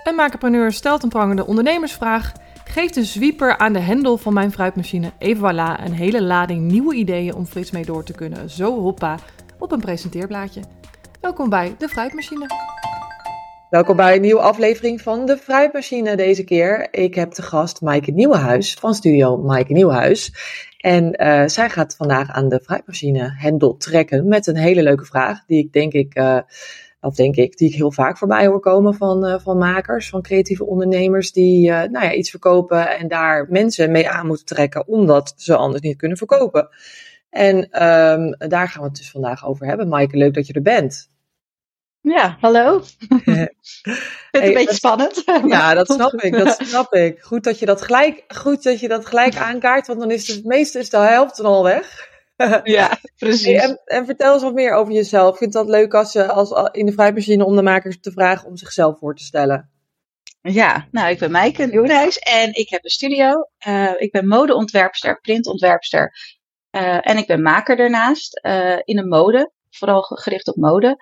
Een makerpreneur stelt een prangende ondernemersvraag, geeft een zwieper aan de hendel van mijn fruitmachine. Et voilà, een hele lading nieuwe ideeën om fris mee door te kunnen. Zo hoppa, op een presenteerblaadje. Welkom bij De Fruitmachine. Welkom bij een nieuwe aflevering van De Fruitmachine deze keer. Ik heb te gast Maaike Nieuwenhuis van studio Maaike Nieuwenhuis. En zij gaat vandaag aan de fruitmachine hendel trekken met een hele leuke vraag die ik heel vaak voorbij hoor komen van makers, van creatieve ondernemers die iets verkopen en daar mensen mee aan moeten trekken omdat ze anders niet kunnen verkopen. En daar gaan we het dus vandaag over hebben. Maaike, leuk dat je er bent. Ja, hallo. Ik vind het een beetje spannend. Ja, dat snap ik. Goed dat je dat gelijk aankaart, want dan is het meeste is de helft dan al weg. Ja, precies. En vertel eens wat meer over jezelf. Ik vind dat leuk als in de fruitmachine om de makers te vragen om zichzelf voor te stellen. Ja, nou, ik ben Maaike Nieuwenhuis en ik heb een studio. Ik ben modeontwerpster, printontwerpster en ik ben maker daarnaast in de mode, vooral gericht op mode.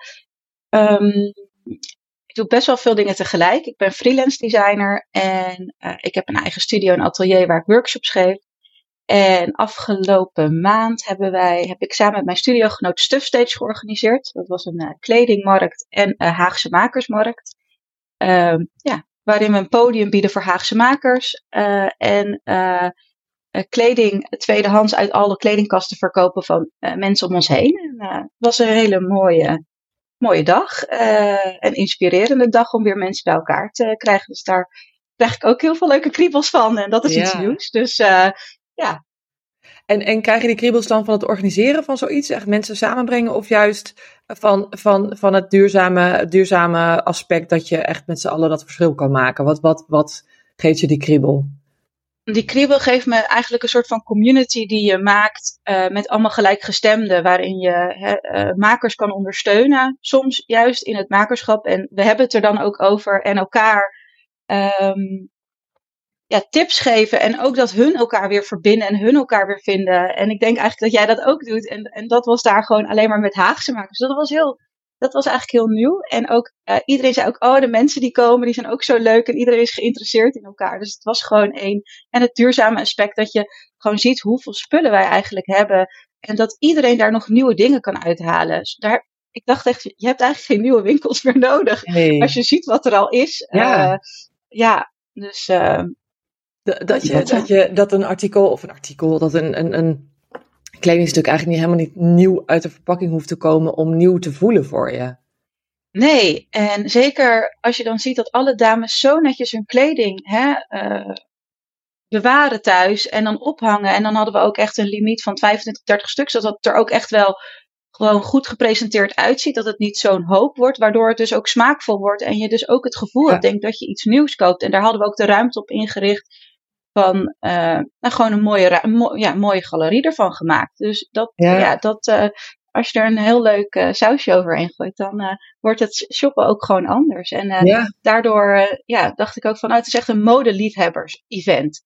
Ik doe best wel veel dingen tegelijk. Ik ben freelance designer en ik heb een eigen studio en atelier waar ik workshops geef. En afgelopen maand heb ik samen met mijn studiogenoot Stuff Stage georganiseerd. Dat was een kledingmarkt en Haagse makersmarkt. Waarin we een podium bieden voor Haagse makers. En kleding tweedehands uit alle kledingkasten verkopen van mensen om ons heen. En, het was een hele mooie dag. Een inspirerende dag om weer mensen bij elkaar te krijgen. Dus daar krijg ik ook heel veel leuke kriebels van. En dat is iets nieuws. Dus ja. En krijg je die kriebels dan van het organiseren van zoiets? Echt mensen samenbrengen? Of juist van het duurzame aspect dat je echt met z'n allen dat verschil kan maken? Wat geeft je die kriebel? Die kriebel geeft me eigenlijk een soort van community die je maakt met allemaal gelijkgestemden. Waarin je makers kan ondersteunen. Soms juist in het makerschap. En we hebben het er dan ook over en elkaar tips geven. En ook dat hun elkaar weer verbinden en hun elkaar weer vinden. En ik denk eigenlijk dat jij dat ook doet. En dat was daar gewoon alleen maar met Haagse makers. Dat was eigenlijk heel nieuw. En ook iedereen zei ook, de mensen die komen, die zijn ook zo leuk. En iedereen is geïnteresseerd in elkaar. Dus het was gewoon één. En het duurzame aspect dat je gewoon ziet hoeveel spullen wij eigenlijk hebben. En dat iedereen daar nog nieuwe dingen kan uithalen. Dus ik dacht echt, je hebt eigenlijk geen nieuwe winkels meer nodig. Nee. Als je ziet wat er al is. Dus dat een kledingstuk eigenlijk helemaal niet nieuw uit de verpakking hoeft te komen om nieuw te voelen voor je. Nee, en zeker als je dan ziet dat alle dames zo netjes hun kleding bewaren thuis en dan ophangen. En dan hadden we ook echt een limiet van 25, 30 stuks, zodat het er ook echt wel gewoon goed gepresenteerd uitziet. Dat het niet zo'n hoop wordt, waardoor het dus ook smaakvol wordt. En je dus ook het gevoel hebt, denk dat je iets nieuws koopt. En daar hadden we ook de ruimte op ingericht. Van gewoon een mooie galerie ervan gemaakt. Dus als je er een heel leuk sausje overheen gooit, dan wordt het shoppen ook gewoon anders. En daardoor dacht ik ook van, het is echt een modeliefhebbers-event.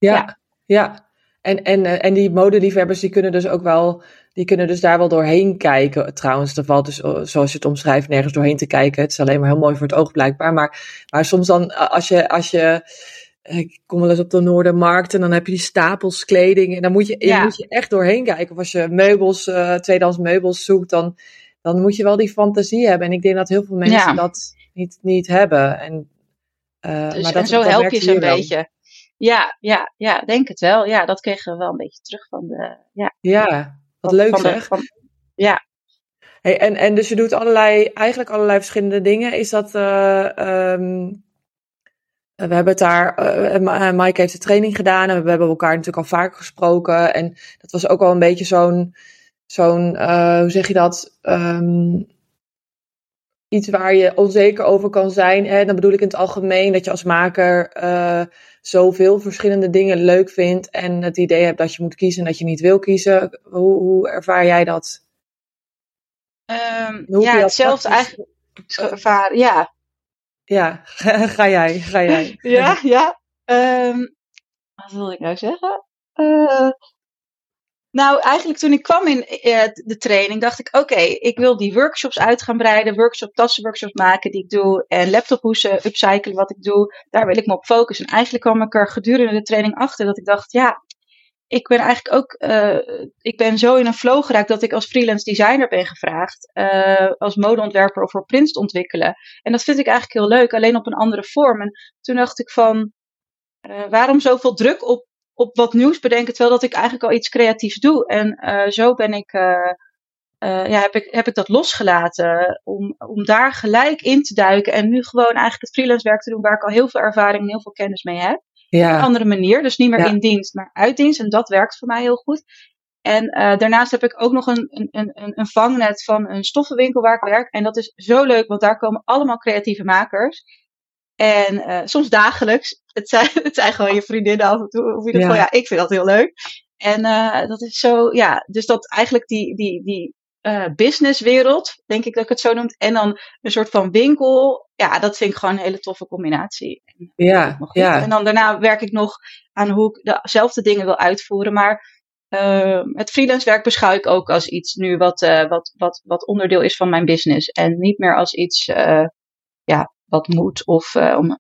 En die modeliefhebbers die kunnen dus daar wel doorheen kijken. Trouwens, er valt dus, zoals je het omschrijft, nergens doorheen te kijken. Het is alleen maar heel mooi voor het oog blijkbaar. Maar soms dan, als je ik kom wel eens op de Noordermarkt en dan heb je die stapels kleding. En dan moet je echt doorheen kijken. Of als je tweedehands meubels zoekt, dan moet je wel die fantasie hebben. En ik denk dat heel veel mensen dat niet hebben. En zo help je ze een beetje. Ja, denk het wel. Ja, dat kregen we wel een beetje terug van de... Ja, wat leuk zeg. Ja. Hey, en dus je doet eigenlijk allerlei verschillende dingen. Is dat... we hebben het daar, Maaike heeft de training gedaan en we hebben elkaar natuurlijk al vaker gesproken. En dat was ook wel een beetje zo'n hoe zeg je dat? Iets waar je onzeker over kan zijn. En dan bedoel ik in het algemeen dat je als maker zoveel verschillende dingen leuk vindt. En het idee hebt dat je moet kiezen en dat je niet wil kiezen. Hoe ervaar jij dat? Hetzelfde eigenlijk ervaren, ja. Ja, ga jij. Ja. Wat wil ik nou zeggen? Nou, eigenlijk toen ik kwam in de training, dacht ik, oké, ik wil die workshops uit gaan breiden, tassenworkshops maken die ik doe en laptophoesen, upcyclen wat ik doe, daar wil ik me op focussen. En eigenlijk kwam ik er gedurende de training achter dat ik dacht, ja, ik ben eigenlijk ook, ik ben zo in een flow geraakt dat ik als freelance designer ben gevraagd, als modeontwerper of voor prints te ontwikkelen. En dat vind ik eigenlijk heel leuk, alleen op een andere vorm. En toen dacht ik van, waarom zoveel druk op wat nieuws bedenken, terwijl dat ik eigenlijk al iets creatiefs doe. En zo ben ik, heb ik dat losgelaten om daar gelijk in te duiken. En nu gewoon eigenlijk het freelance werk te doen waar ik al heel veel ervaring en heel veel kennis mee heb. Ja. Op een andere manier, dus niet meer in dienst, maar uit dienst. En dat werkt voor mij heel goed. En daarnaast heb ik ook nog een vangnet van een stoffenwinkel waar ik werk. En dat is zo leuk, want daar komen allemaal creatieve makers. En soms dagelijks. Het zijn gewoon je vriendinnen af en toe. Of in ieder geval, ik vind dat heel leuk. En dat is zo, dus dat eigenlijk die businesswereld, denk ik dat ik het zo noem. En dan een soort van winkel. Ja, dat vind ik gewoon een hele toffe combinatie. En dan daarna werk ik nog aan hoe ik dezelfde dingen wil uitvoeren. Maar het freelance werk beschouw ik ook als iets nu wat onderdeel is van mijn business. En niet meer als iets, wat moet of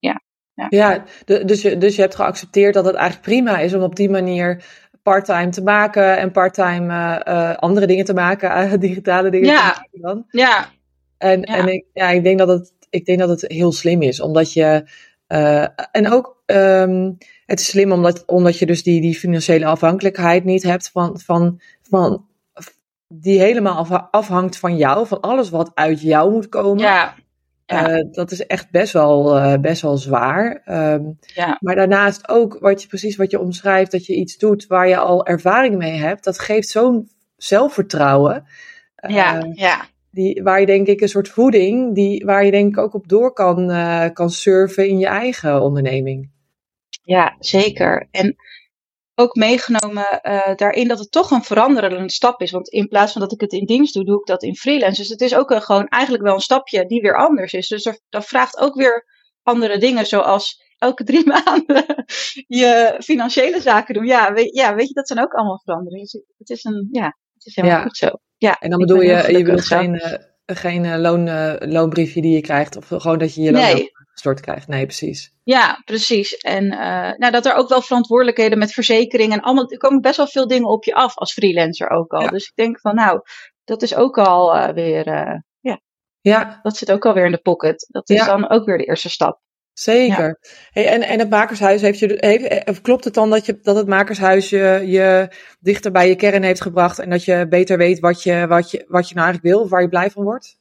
Dus je hebt geaccepteerd dat het eigenlijk prima is om op die manier parttime te maken en parttime andere dingen te maken, digitale dingen te maken dan. Ja. En ik denk dat het heel slim is, omdat je en ook het is slim omdat je dus die financiële afhankelijkheid niet hebt van die helemaal afhangt van jou, van alles wat uit jou moet komen. Ja. Dat is echt best wel zwaar. Maar daarnaast ook wat je omschrijft, dat je iets doet waar je al ervaring mee hebt, dat geeft zo'n zelfvertrouwen. Waar je denk ik een soort voeding, waar je denk ik ook op door kan surfen in je eigen onderneming. Ja, zeker. En ook meegenomen daarin dat het toch een veranderende stap is. Want in plaats van dat ik het in dienst doe, doe ik dat in freelance. Dus het is ook gewoon eigenlijk wel een stapje die weer anders is. Dus dat vraagt ook weer andere dingen, zoals elke 3 maanden je financiële zaken doen. Weet je, dat zijn ook allemaal veranderingen. Dus het is helemaal goed zo. Ja, en dan bedoel je bedoelt geen loonbriefje die je krijgt, of gewoon dat je loon gestort krijgt. Nee, precies. Ja, precies. En dat er ook wel verantwoordelijkheden met verzekering en allemaal, er komen best wel veel dingen op je af als freelancer ook al. Ja. Dus ik denk van dat is ook al weer, dat zit ook alweer in de pocket. Dat is dan ook weer de eerste stap. Zeker. Ja. Hey, en het Makershuis, klopt het dan dat het Makershuis je dichter bij je kern heeft gebracht en dat je beter weet wat je nou eigenlijk wil of waar je blij van wordt?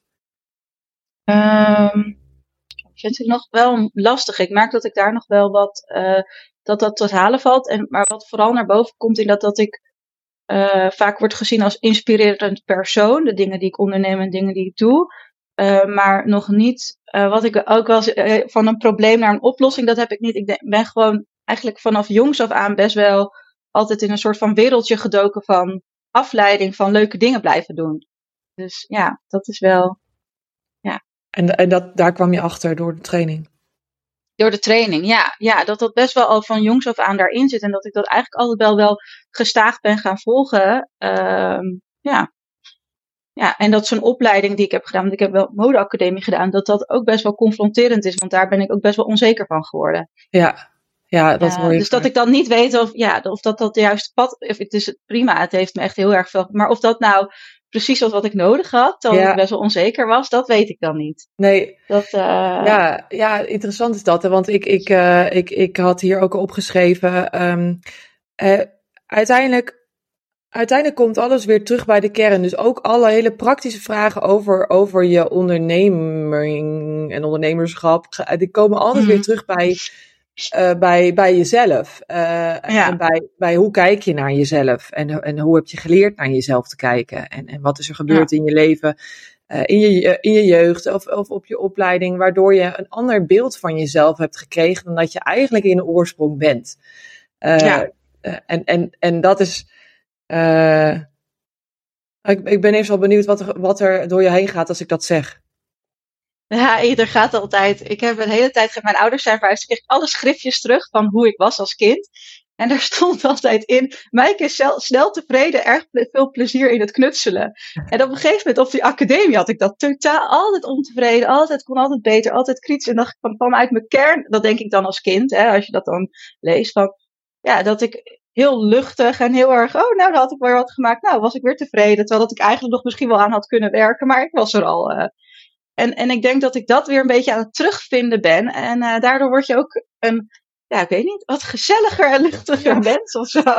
Ik vind het nog wel lastig. Ik merk dat ik daar nog wel wat dat te halen valt. Maar wat vooral naar boven komt in dat ik vaak word gezien als inspirerend persoon. De dingen die ik onderneem en dingen die ik doe. Maar nog niet wat ik ook wel van een probleem naar een oplossing, dat heb ik niet. Ik ben gewoon eigenlijk vanaf jongs af aan best wel altijd in een soort van wereldje gedoken van afleiding, van leuke dingen blijven doen. Dus ja, dat is wel... En daar kwam je achter door de training? Door de training, ja. Dat best wel al van jongs af aan daarin zit. En dat ik dat eigenlijk altijd wel gestaag ben gaan volgen. En dat zo'n opleiding die ik heb gedaan, want ik heb wel modeacademie gedaan, dat ook best wel confronterend is. Want daar ben ik ook best wel onzeker van geworden. Ja, dat hoor je. Dus dat ik dan niet weet of dat juist pad... Het is prima, het heeft me echt heel erg veel... Maar of dat nou precies was wat ik nodig had, terwijl ik best wel onzeker was, dat weet ik dan niet. Nee. Interessant is dat. Hè? Want ik had hier ook opgeschreven. Uiteindelijk komt alles weer terug bij de kern. Dus ook alle hele praktische vragen over je onderneming en ondernemerschap, die komen altijd weer terug bij jezelf. En bij hoe kijk je naar jezelf. En hoe heb je geleerd naar jezelf te kijken. En wat is er gebeurd in je leven, in je jeugd of op je opleiding, waardoor je een ander beeld van jezelf hebt gekregen dan dat je eigenlijk in de oorsprong bent. En dat is... ik ben even wel benieuwd wat er door je heen gaat als ik dat zeg. Ja, er gaat altijd. Ik heb een hele tijd... Mijn ouders zijn verhuisd. Ik kreeg alle schriftjes terug van hoe ik was als kind. En daar stond altijd in, Maaike is snel tevreden, erg veel plezier in het knutselen. En op een gegeven moment op die academie had ik dat totaal altijd ontevreden, kon altijd beter, altijd kritisch. En dacht ik vanuit mijn kern, dat denk ik dan als kind, hè, als je dat dan leest, van ja, dat ik heel luchtig en heel erg, nou, dan had ik weer wat gemaakt. Nou, was ik weer tevreden. Terwijl dat ik eigenlijk nog misschien wel aan had kunnen werken, maar ik was er al. En ik denk dat ik dat weer een beetje aan het terugvinden ben. En daardoor word je ook ik weet niet, wat gezelliger en luchtiger mens of zo.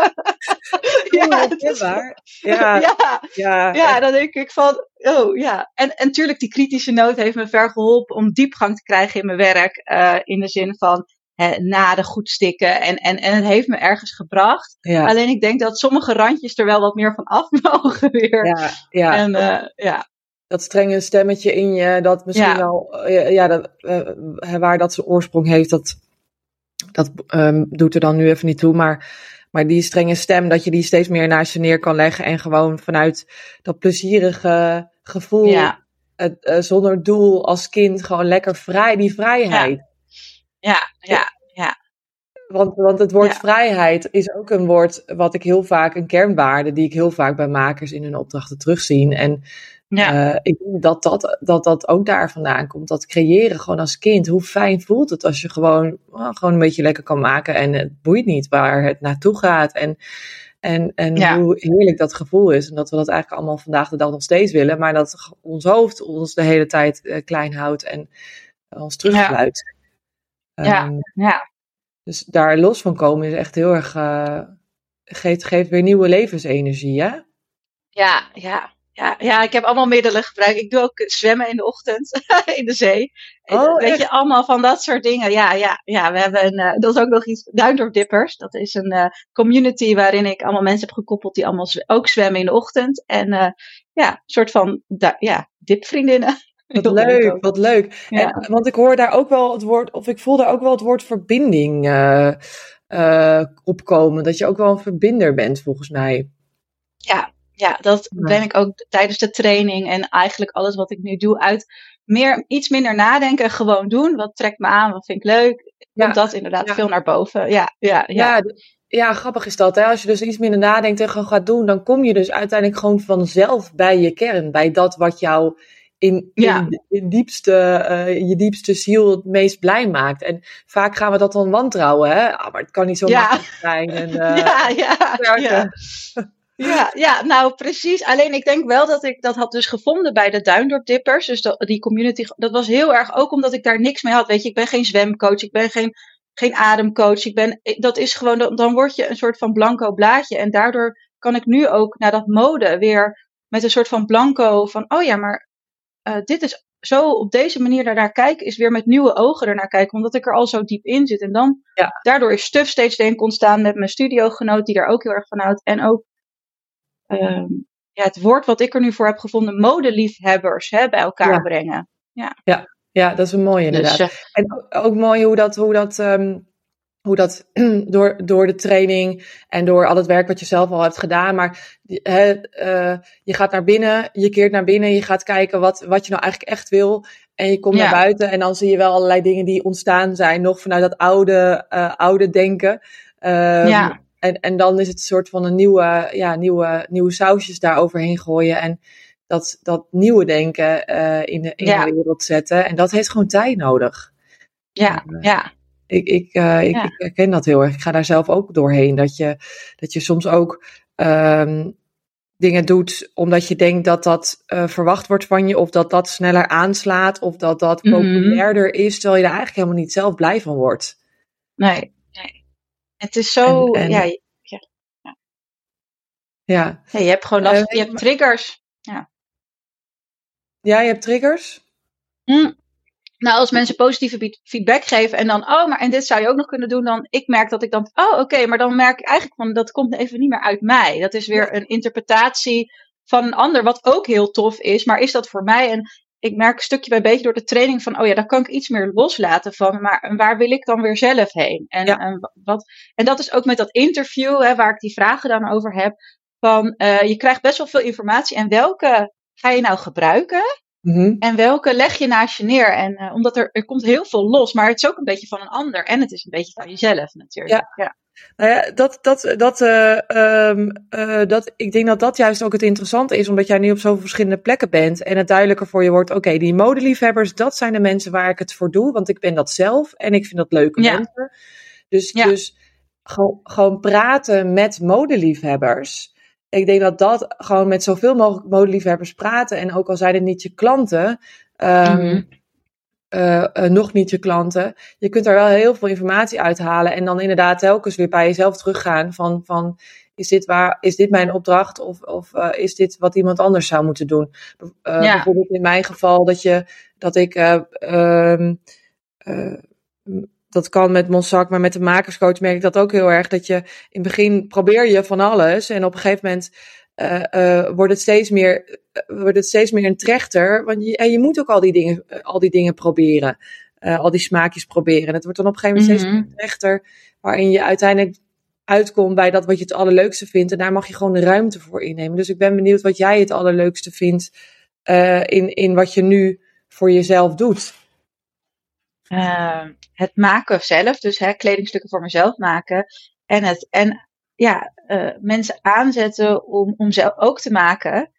Ja, dan denk ik van, oh ja. En natuurlijk, die kritische noot heeft me ver geholpen om diepgang te krijgen in mijn werk. In de zin van naden goed stikken. En het heeft me ergens gebracht. Ja. Alleen ik denk dat sommige randjes er wel wat meer van af mogen weer. Ja. En dat strenge stemmetje in je, dat misschien wel, waar dat zijn oorsprong heeft, dat doet er dan nu even niet toe. Maar die strenge stem, dat je die steeds meer naast je neer kan leggen en gewoon vanuit dat plezierige gevoel, zonder doel als kind, gewoon lekker vrij, die vrijheid. Ja. Want het woord vrijheid is ook een woord wat ik heel vaak, een kernwaarde die ik heel vaak bij makers in hun opdrachten terugzie. En ik denk dat ook daar vandaan komt. Dat creëren gewoon als kind. Hoe fijn voelt het als je gewoon een beetje lekker kan maken. En het boeit niet waar het naartoe gaat. En hoe heerlijk dat gevoel is. En dat we dat eigenlijk allemaal vandaag de dag nog steeds willen. Maar dat ons hoofd ons de hele tijd klein houdt. En ons terugfluit. Dus daar los van komen is echt heel erg... geeft weer nieuwe levensenergie, hè? Ja, ik heb allemaal middelen gebruikt. Ik doe ook zwemmen in de ochtend in de zee. Weet je, allemaal van dat soort dingen. Ja, we hebben dat is ook nog iets, Duindorp Dippers. Dat is een community waarin ik allemaal mensen heb gekoppeld die allemaal ook zwemmen in de ochtend. En een soort van, dipvriendinnen. Wat leuk. Ja. Want ik hoor daar ook wel het woord, of ik voel daar ook wel het woord verbinding opkomen. Dat je ook wel een verbinder bent, volgens mij. Ja, dat ben ik ook tijdens de training en eigenlijk alles wat ik nu doe uit iets minder nadenken en gewoon doen. Wat trekt me aan, wat vind ik leuk. Komt dat inderdaad veel naar boven. Ja, grappig is dat. Hè? Als je dus iets minder nadenkt en gewoon gaat doen, dan kom je dus uiteindelijk gewoon vanzelf bij je kern. Bij dat wat jou in je diepste ziel het meest blij maakt. En vaak gaan we dat dan wantrouwen. Hè? Maar het kan niet zo makkelijk zijn. En, Ja, nou precies. Alleen ik denk wel dat ik dat had dus gevonden bij de Duindorp Dippers. Dus die community, dat was heel erg ook omdat ik daar niks mee had. Weet je, ik ben geen zwemcoach, ik ben geen ademcoach. Dat is gewoon, dan word je een soort van blanco blaadje. En daardoor kan ik nu ook naar dat mode weer met een soort van blanco van, dit is zo op deze manier daarnaar kijken, is weer met nieuwe ogen ernaar kijken, omdat ik er al zo diep in zit. En dan, daardoor is Stuf steeds denk ontstaan met mijn studiogenoot, die daar ook heel erg van houdt. En ook het woord wat ik er nu voor heb gevonden, modeliefhebbers, bij elkaar brengen. Ja, dat is een mooie inderdaad. Dus, en ook mooi hoe dat door de training en door al het werk wat je zelf al hebt gedaan, maar je gaat naar binnen, je keert naar binnen, je gaat kijken wat je nou eigenlijk echt wil en je komt naar buiten en dan zie je wel allerlei dingen die ontstaan zijn, nog vanuit dat oude denken. En dan is het een soort van een nieuwe sausjes daar overheen gooien en dat nieuwe denken in de wereld zetten. En dat heeft gewoon tijd nodig. Ik herken dat heel erg. Ik ga daar zelf ook doorheen. Dat je soms ook dingen doet omdat je denkt dat verwacht wordt van je. Of dat sneller aanslaat. Of dat populairder is. Terwijl je daar eigenlijk helemaal niet zelf blij van wordt. Nee. Het is zo... Ja. Je hebt gewoon last, je hebt triggers. Ja, je hebt triggers? Nou, als mensen positieve feedback geven en dan, en dit zou je ook nog kunnen doen, dan, ik merk dat ik dan, maar dan merk ik eigenlijk van, dat komt even niet meer uit mij. Dat is weer een interpretatie van een ander, wat ook heel tof is, maar is dat voor mij? En ik merk stukje bij beetje door de training van, daar kan ik iets meer loslaten van, maar waar wil ik dan weer zelf heen? En dat is ook met dat interview, waar ik die vragen dan over heb, van, je krijgt best wel veel informatie en welke ga je nou gebruiken? En welke leg je naast je neer? En omdat er komt heel veel los, maar het is ook een beetje van een ander. En het is een beetje van jezelf natuurlijk. Nou ja, ik denk dat dat juist ook het interessante is, omdat jij nu op zoveel verschillende plekken bent en het duidelijker voor je wordt, oké, die modeliefhebbers, dat zijn de mensen waar ik het voor doe, want ik ben dat zelf en ik vind dat leuke mensen. Dus gewoon praten met modeliefhebbers. Ik denk dat gewoon met zoveel mogelijk modeliefhebbers praten, en ook al zijn het niet je klanten, nog niet je klanten. Je kunt er wel heel veel informatie uithalen. En dan inderdaad telkens weer bij jezelf teruggaan van is dit mijn opdracht? Of is dit wat iemand anders zou moeten doen? Bijvoorbeeld in mijn geval dat kan met Monsac, maar met de makerscoach merk ik dat ook heel erg. Dat je in het begin probeer je van alles. En op een gegeven moment wordt het steeds meer een trechter. Want je moet ook al die dingen proberen. Al die smaakjes proberen. En het wordt dan op een gegeven moment steeds meer een trechter. Waarin je uiteindelijk uitkomt bij dat wat je het allerleukste vindt. En daar mag je gewoon de ruimte voor innemen. Dus ik ben benieuwd wat jij het allerleukste vindt. In wat je nu voor jezelf doet. Het maken zelf. Dus kledingstukken voor mezelf maken. Mensen aanzetten om zelf ook te maken.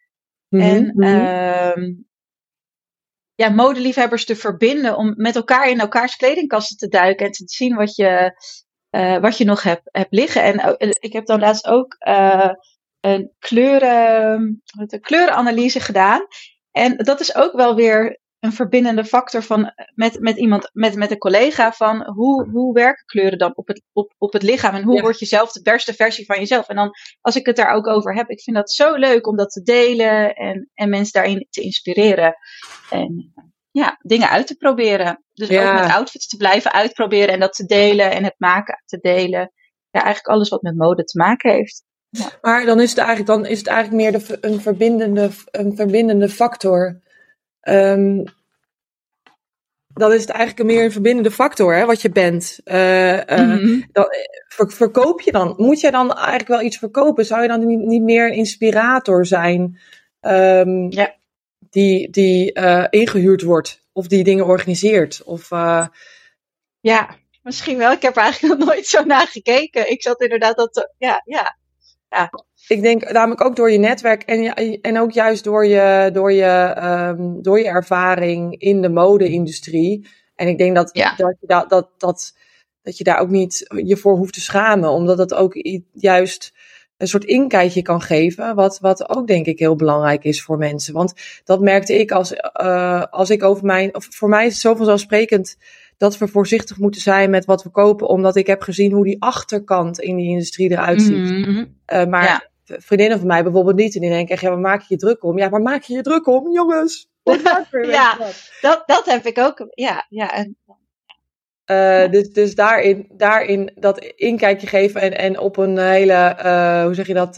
Modeliefhebbers te verbinden om met elkaar in elkaars kledingkasten te duiken en te zien wat je nog hebt liggen. En ik heb dan laatst ook een kleurenanalyse gedaan. En dat is ook wel weer een verbindende factor met iemand, met een collega van hoe werken kleuren dan op het lichaam en hoe word je zelf de beste versie van jezelf. En dan, als ik het daar ook over heb, ik vind dat zo leuk om dat te delen en mensen daarin te inspireren. En dingen uit te proberen. Dus ook met outfits te blijven uitproberen en dat te delen en het maken te delen. Ja, eigenlijk alles wat met mode te maken heeft. Ja. Maar dan is het eigenlijk meer een verbindende factor. Dan is het eigenlijk meer een verbindende factor, hè, wat je bent. Verkoop je dan? Moet jij dan eigenlijk wel iets verkopen? Zou je dan niet meer een inspirator zijn? Die ingehuurd wordt. Of die dingen organiseert. Ja, misschien wel. Ik heb er eigenlijk nog nooit zo naar gekeken. Ik zat inderdaad Ja. Ik denk namelijk ook door je netwerk en ook juist door je ervaring in de mode-industrie. En ik denk dat je daar ook niet je voor hoeft te schamen. Omdat het ook juist een soort inkijkje kan geven. Wat ook denk ik heel belangrijk is voor mensen. Want dat merkte ik als ik voor mij is het zo vanzelfsprekend dat we voorzichtig moeten zijn met wat we kopen. Omdat ik heb gezien hoe die achterkant in die industrie eruit ziet. Vriendinnen van mij bijvoorbeeld niet. En die denken echt, waar maak je je druk om? Ja, waar maak je je druk om, jongens? Dat heb ik ook. Dus daarin dat inkijkje geven en op een hele, hoe zeg je dat?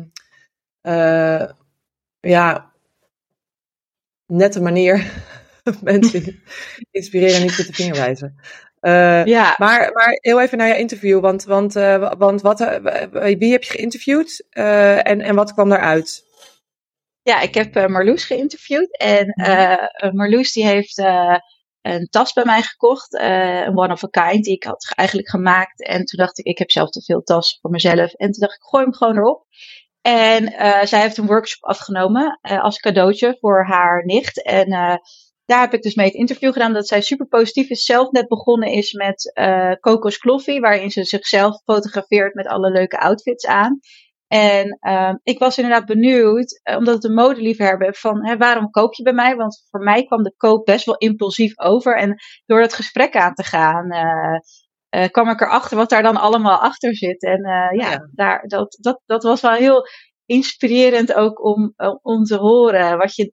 Nette manier mensen inspireren en niet met de vinger wijzen. Maar heel even naar je interview, want wie heb je geïnterviewd en wat kwam daaruit? Ja, ik heb Marloes geïnterviewd en Marloes die heeft een tas bij mij gekocht, een one of a kind die ik had eigenlijk gemaakt. En toen dacht ik heb zelf te veel tas voor mezelf. En toen dacht ik, gooi hem gewoon erop. En zij heeft een workshop afgenomen als cadeautje voor haar nicht. En daar heb ik dus mee het interview gedaan dat zij super positief is. Zelf net begonnen is met Coco's Clothie, waarin ze zichzelf fotografeert met alle leuke outfits aan. En ik was inderdaad benieuwd, omdat het een modeliefhebber van waarom koop je bij mij? Want voor mij kwam de koop best wel impulsief over. En door dat gesprek aan te gaan, kwam ik erachter wat daar dan allemaal achter zit. En dat was wel heel inspirerend ook om te horen. Wat je,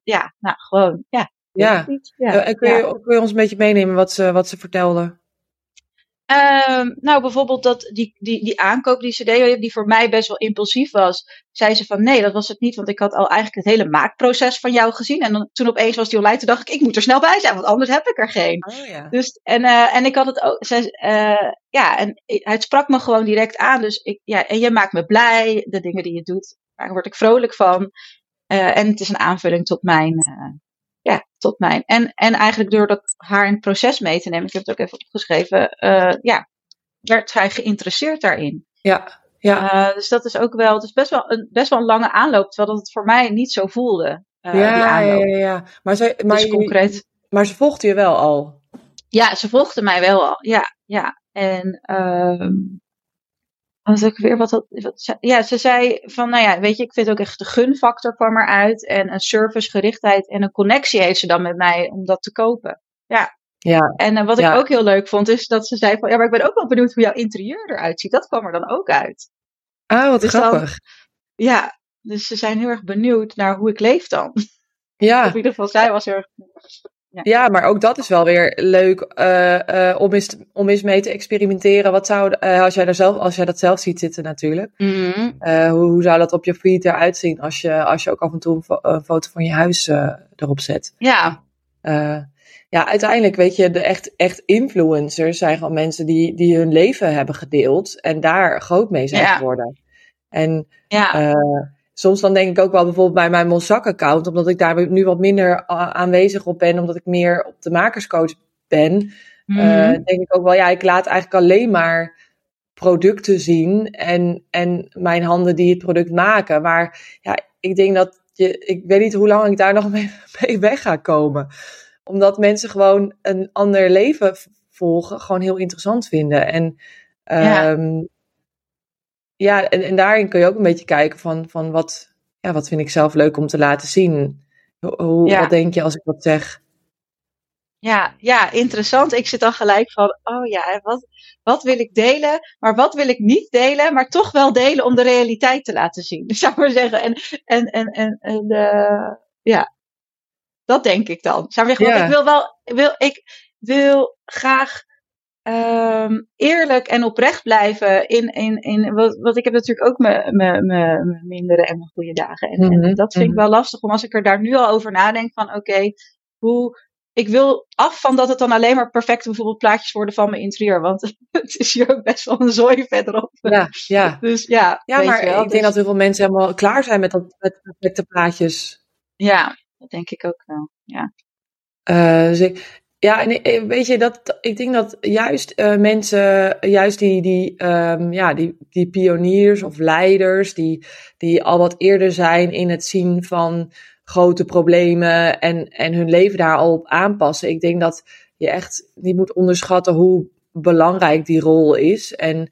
kun je ons een beetje meenemen wat ze vertelde? Bijvoorbeeld dat die aankoop die ze deed, die voor mij best wel impulsief was, zei ze van nee, dat was het niet, want ik had al eigenlijk het hele maakproces van jou gezien. En dan, toen opeens was die online, toen dacht ik moet er snel bij zijn, want anders heb ik er geen. Dus, en ik had het ook, en het sprak me gewoon direct aan. Dus en je maakt me blij, de dingen die je doet, daar word ik vrolijk van. En het is een aanvulling tot mijn... En eigenlijk door dat haar in het proces mee te nemen, ik heb het ook even opgeschreven, werd zij geïnteresseerd daarin. Ja. Dus dat is ook wel, het is best wel een lange aanloop, terwijl dat het voor mij niet zo voelde, die aanloop. Ja. Maar Dus concreet. Maar ze volgde je wel al. Ja, ze volgde mij wel al. Ja. En was ik weer ze zei van, nou ja, weet je, ik vind ook echt de gunfactor kwam eruit en een servicegerichtheid en een connectie heeft ze dan met mij om dat te kopen. Ja. En wat ik ook heel leuk vond, is dat ze zei van, ja, maar ik ben ook wel benieuwd hoe jouw interieur eruit ziet. Dat kwam er dan ook uit. Ah, wat grappig. Dus ze zijn heel erg benieuwd naar hoe ik leef dan. Ja. Of in ieder geval, zij was heel erg... Ja, maar ook dat is wel weer leuk om eens mee te experimenteren. Wat zou, als jij dat zelf ziet zitten natuurlijk. Mm-hmm. Hoe zou dat op je feed eruit zien als je ook af en toe een foto van je huis erop zet? Ja. Uiteindelijk weet je, de echt influencers zijn gewoon mensen die hun leven hebben gedeeld en daar groot mee zijn geworden. En soms dan denk ik ook wel bijvoorbeeld bij mijn Mossack-account, omdat ik daar nu wat minder aanwezig op ben, omdat ik meer op de makerscoach ben, denk ik ook wel, ik laat eigenlijk alleen maar producten zien en mijn handen die het product maken. Maar ik denk dat ik weet niet hoe lang ik daar nog mee weg ga komen. Omdat mensen gewoon een ander leven volgen, gewoon heel interessant vinden. En en daarin kun je ook een beetje kijken van wat vind ik zelf leuk om te laten zien. Wat denk je als ik dat zeg? Ja, interessant. Ik zit dan gelijk van, wat wil ik delen, maar wat wil ik niet delen, maar toch wel delen om de realiteit te laten zien. Zou ik maar zeggen. Dat denk ik dan. Zou ik zeggen, want ik wil graag eerlijk en oprecht blijven in wat ik heb natuurlijk ook mijn mindere en mijn goede dagen. En dat vind ik wel lastig, om als ik er daar nu al over nadenk van ik wil af van dat het dan alleen maar perfecte bijvoorbeeld plaatjes worden van mijn interieur. Want het is hier ook best wel een zooi verderop. Ja. Dus maar ik denk dat heel veel mensen helemaal klaar zijn met perfecte plaatjes. Ja, dat denk ik ook wel. Weet je, ik denk dat juist mensen, juist die pioniers of leiders, die al wat eerder zijn in het zien van grote problemen en hun leven daar al op aanpassen. Ik denk dat je echt niet moet onderschatten hoe belangrijk die rol is. En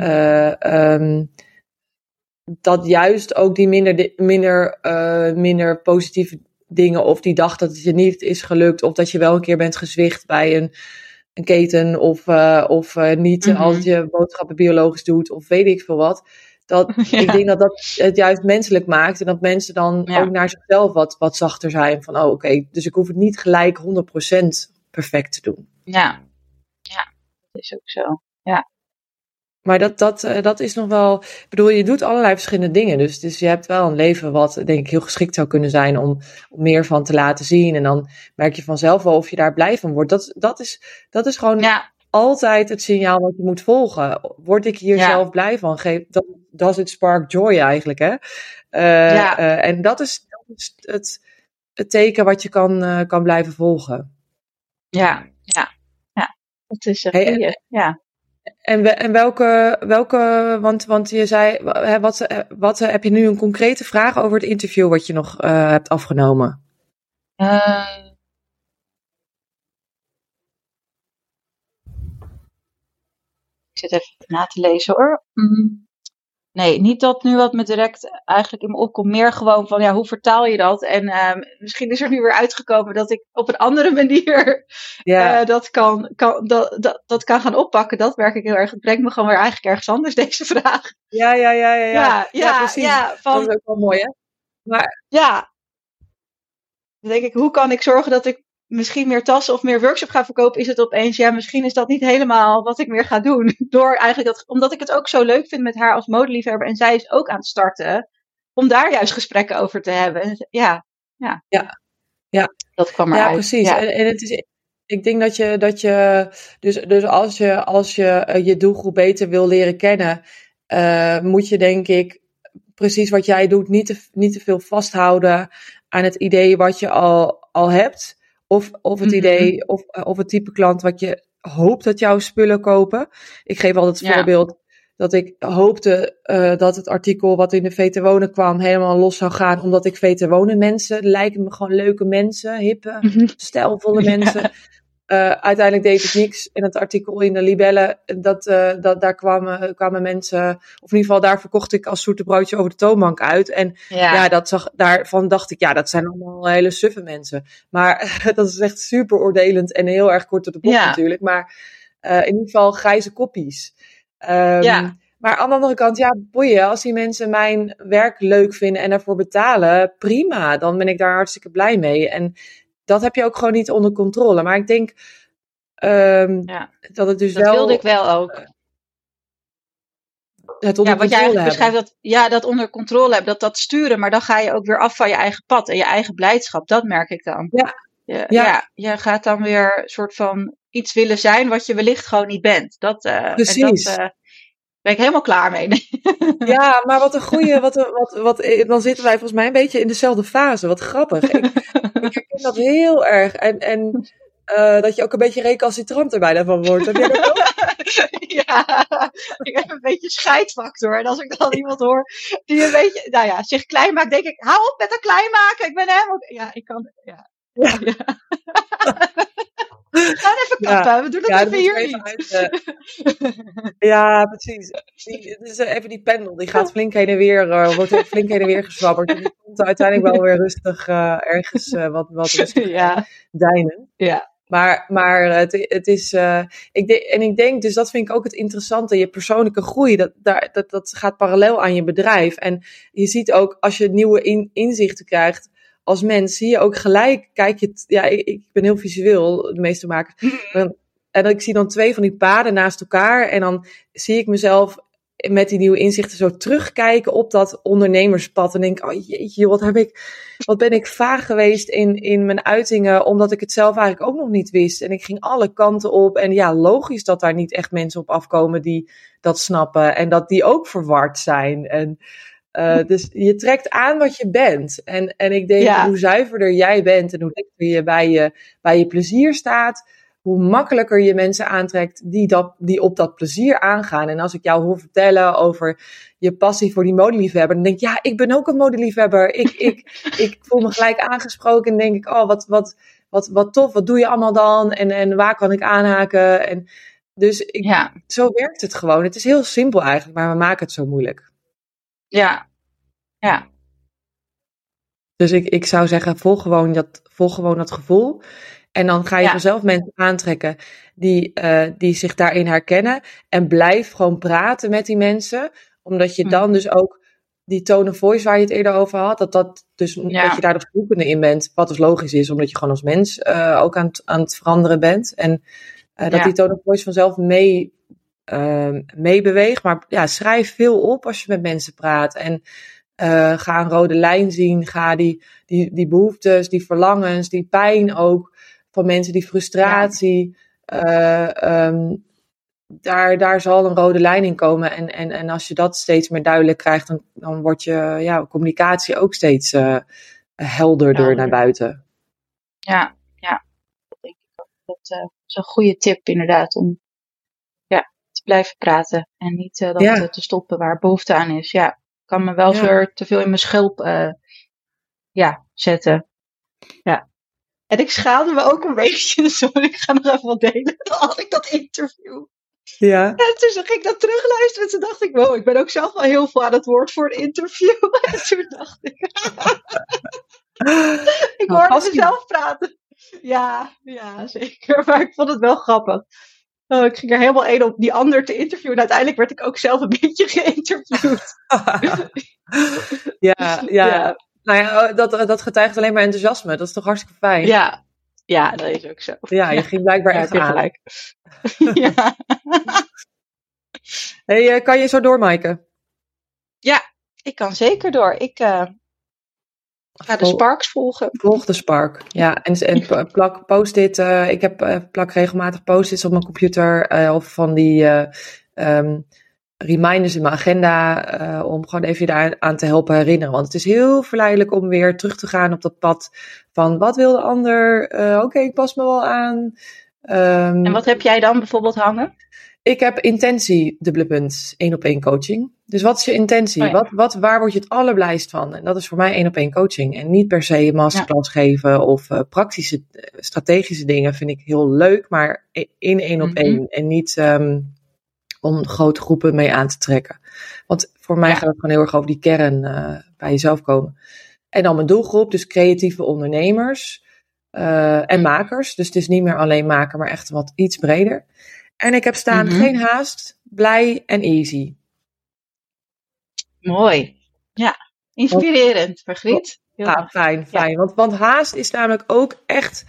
dat juist ook die minder positieve dingen, of die dag dat het je niet is gelukt, of dat je wel een keer bent gezwicht bij een keten, of niet altijd je boodschappen biologisch doet, of weet ik veel wat. Ik denk dat het juist menselijk maakt en dat mensen dan ook naar zichzelf wat zachter zijn. Van oké, dus ik hoef het niet gelijk 100% perfect te doen. Ja, dat is ook zo. Ja. Maar dat is nog wel... Ik bedoel, je doet allerlei verschillende dingen. Dus je hebt wel een leven wat, denk ik, heel geschikt zou kunnen zijn om meer van te laten zien. En dan merk je vanzelf wel of je daar blij van wordt. Dat is gewoon altijd het signaal wat je moet volgen. Word ik hier zelf blij van? Does it spark joy eigenlijk, hè? En dat is het teken wat je kan blijven volgen. Ja. Dat is een goeie. En welke want je zei, wat heb je nu een concrete vraag over het interview wat je nog hebt afgenomen? Ik zit even na te lezen hoor. Nee, niet dat nu wat me direct eigenlijk in me opkomt. Meer gewoon van, hoe vertaal je dat? En misschien is er nu weer uitgekomen dat ik op een andere manier dat kan gaan oppakken. Dat merk ik heel erg. Het brengt me gewoon weer eigenlijk ergens anders, deze vraag. Ja, precies. Dat is ook wel mooi, hè? Maar... Ja. Dan denk ik, hoe kan ik zorgen dat ik misschien meer tassen of meer workshop ga verkopen? Is het opeens, misschien is dat niet helemaal wat ik meer ga doen. Door eigenlijk omdat ik het ook zo leuk vind met haar als modeliefhebber. En zij is ook aan het starten. Om daar juist gesprekken over te hebben. En ja. Dat kwam eruit. Ja, precies. Ja. En het is... Ik denk dat je dus als je doelgroep beter wil leren kennen, moet je denk ik precies wat jij doet, niet te veel vasthouden aan het idee wat je al hebt. Of het idee, of het type klant wat je hoopt dat jouw spullen kopen. Ik geef altijd het voorbeeld dat ik hoopte dat het artikel wat in de VT Wonen kwam helemaal los zou gaan. Omdat ik VT Wonen mensen, lijken me gewoon leuke mensen, hippe, stijlvolle mensen. Uiteindelijk deed het niks. In het artikel in de Libelle, daar kwamen mensen, of in ieder geval daar verkocht ik als zoete broodje over de toonbank uit. En daarvan dacht ik, dat zijn allemaal hele suffe mensen. Maar dat is echt super oordelend en heel erg kort op de bocht natuurlijk. Maar in ieder geval grijze koppies. Maar aan de andere kant, boeien, als die mensen mijn werk leuk vinden en daarvoor betalen, prima. Dan ben ik daar hartstikke blij mee. En dat heb je ook gewoon niet onder controle. Maar ik denk dat het dus dat wel... Dat wilde ik wel ook. Het onder wat jij eigenlijk beschrijft, dat onder controle hebben, dat sturen. Maar dan ga je ook weer af van je eigen pad en je eigen blijdschap. Dat merk ik dan. Je gaat dan weer een soort van iets willen zijn wat je wellicht gewoon niet bent. Precies. En dat ben ik helemaal klaar mee. Ja, maar wat een goeie, dan zitten wij volgens mij een beetje in dezelfde fase. Wat grappig. Ik herken dat heel erg. En dat je ook een beetje recalcitrant erbij daarvan wordt. Heb jij dat ook? Ja, ik heb een beetje scheidfactor. En als ik dan iemand hoor die een beetje, zich klein maakt, denk ik, hou op met dat klein maken. Ik ben helemaal, ik kan, Ga even kappen, we doen het even hier niet. Ja, precies. Het is even die pendel, die gaat flink heen en weer, wordt flink heen en weer gezwabberd. En die komt uiteindelijk wel weer rustig ergens wat rustig deinen. Ja. Maar het is, ik denk, dus dat vind ik ook het interessante, je persoonlijke groei, dat gaat parallel aan je bedrijf. En je ziet ook, als je nieuwe inzichten krijgt, als mens zie je ook gelijk, ik ben heel visueel, de meeste makers. En ik zie dan 2 van die paden naast elkaar. En dan zie ik mezelf met die nieuwe inzichten zo terugkijken op dat ondernemerspad. En denk, oh jeetje, wat ben ik vaag geweest in mijn uitingen, omdat ik het zelf eigenlijk ook nog niet wist. En ik ging alle kanten op. En logisch dat daar niet echt mensen op afkomen die dat snappen. En dat die ook verward zijn. En dus je trekt aan wat je bent. En ik denk, hoe zuiverder jij bent en hoe dichter je bij je plezier staat, hoe makkelijker je mensen aantrekt die op dat plezier aangaan. En als ik jou hoor vertellen over je passie voor die modeliefhebber, dan denk ik, ik ben ook een modeliefhebber. Ik voel me gelijk aangesproken en denk ik, wat tof, wat doe je allemaal dan? En waar kan ik aanhaken? En dus zo werkt het gewoon. Het is heel simpel eigenlijk, maar we maken het zo moeilijk. Ja. Dus ik zou zeggen, volg gewoon dat gevoel. En dan ga je vanzelf mensen aantrekken die zich daarin herkennen. En blijf gewoon praten met die mensen. Omdat je dan dus ook die tone of voice waar je het eerder over had. Dat je daar de zoekende in bent. Wat dus logisch is, omdat je gewoon als mens ook aan het veranderen bent. En dat die tone of voice vanzelf meebeweegt. Maar schrijf veel op als je met mensen praat. En ga een rode lijn zien. Ga die behoeftes, die verlangens, die pijn ook van mensen, die frustratie. Daar zal een rode lijn in komen. En als je dat steeds meer duidelijk krijgt, dan wordt je communicatie ook steeds helderder naar buiten. Ja. Dat denk ik ook. Dat is een goede tip inderdaad om te blijven praten. En niet te stoppen waar behoefte aan is. Ja, ik kan me wel te veel in mijn schulp zetten. Ja. En ik schaamde me ook een beetje. Sorry, ik ga nog even wat delen. Dan had ik dat interview. Ja. En toen ging ik dat terugluisteren. En toen dacht ik, wow, ik ben ook zelf wel heel veel aan het woord voor een interview. En toen dacht ik, ik hoorde mezelf praten. Ja, zeker. Maar ik vond het wel grappig. Oh, ik ging er helemaal een op die ander te interviewen. En uiteindelijk werd ik ook zelf een beetje geïnterviewd. Ja. Nou ja, dat getuigt alleen maar enthousiasme. Dat is toch hartstikke fijn? Ja, dat is ook zo. Ja, je ging blijkbaar echt aan. Gelijk. Ja. Hey, kan je zo door, Maaike? Ja, ik kan zeker door. Ik ga de Sparks volgen. Volg de Spark. Ja, en plak post-it. Ik plak regelmatig post-its op mijn computer. Of van die reminders in mijn agenda. Om gewoon even daar aan te helpen herinneren. Want het is heel verleidelijk om weer terug te gaan op dat pad. Van wat wil de ander? Oké, ik pas me wel aan. En wat heb jij dan bijvoorbeeld hangen? Ik heb intentie, ;, 1-op-1 coaching. Dus wat is je intentie? Oh ja. Waar word je het allerblijst van? En dat is voor mij 1-op-1 coaching. En niet per se een masterclass geven of praktische, strategische dingen vind ik heel leuk. Maar in 1-op-1 en niet om grote groepen mee aan te trekken. Want voor mij gaat het gewoon heel erg over die kern bij jezelf komen. En dan mijn doelgroep, dus creatieve ondernemers en makers. Dus het is niet meer alleen maken, maar echt wat iets breder. En ik heb staan geen haast, blij en easy. Mooi. Ja, inspirerend, Margriet. Ja, fijn. Ja. Want haast is namelijk ook echt...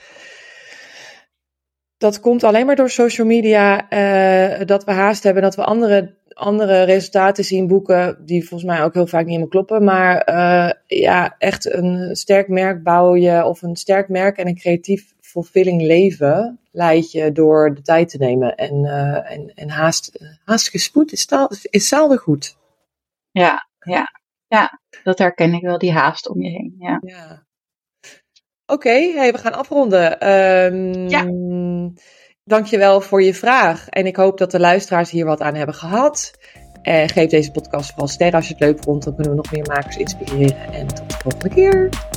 Dat komt alleen maar door social media, dat we haast hebben, dat we andere resultaten zien boeken, die volgens mij ook heel vaak niet helemaal kloppen. Maar echt een sterk merk bouw je, of een sterk merk en een creatief fulfilling leven leid je door de tijd te nemen. En haastige spoed is zelden goed. Ja, dat herken ik wel, die haast om je heen. Ja. Oké, we gaan afronden. Dankjewel voor je vraag. En ik hoop dat de luisteraars hier wat aan hebben gehad. Geef deze podcast vooral sterren als je het leuk vond. Dan kunnen we nog meer makers inspireren. En tot de volgende keer.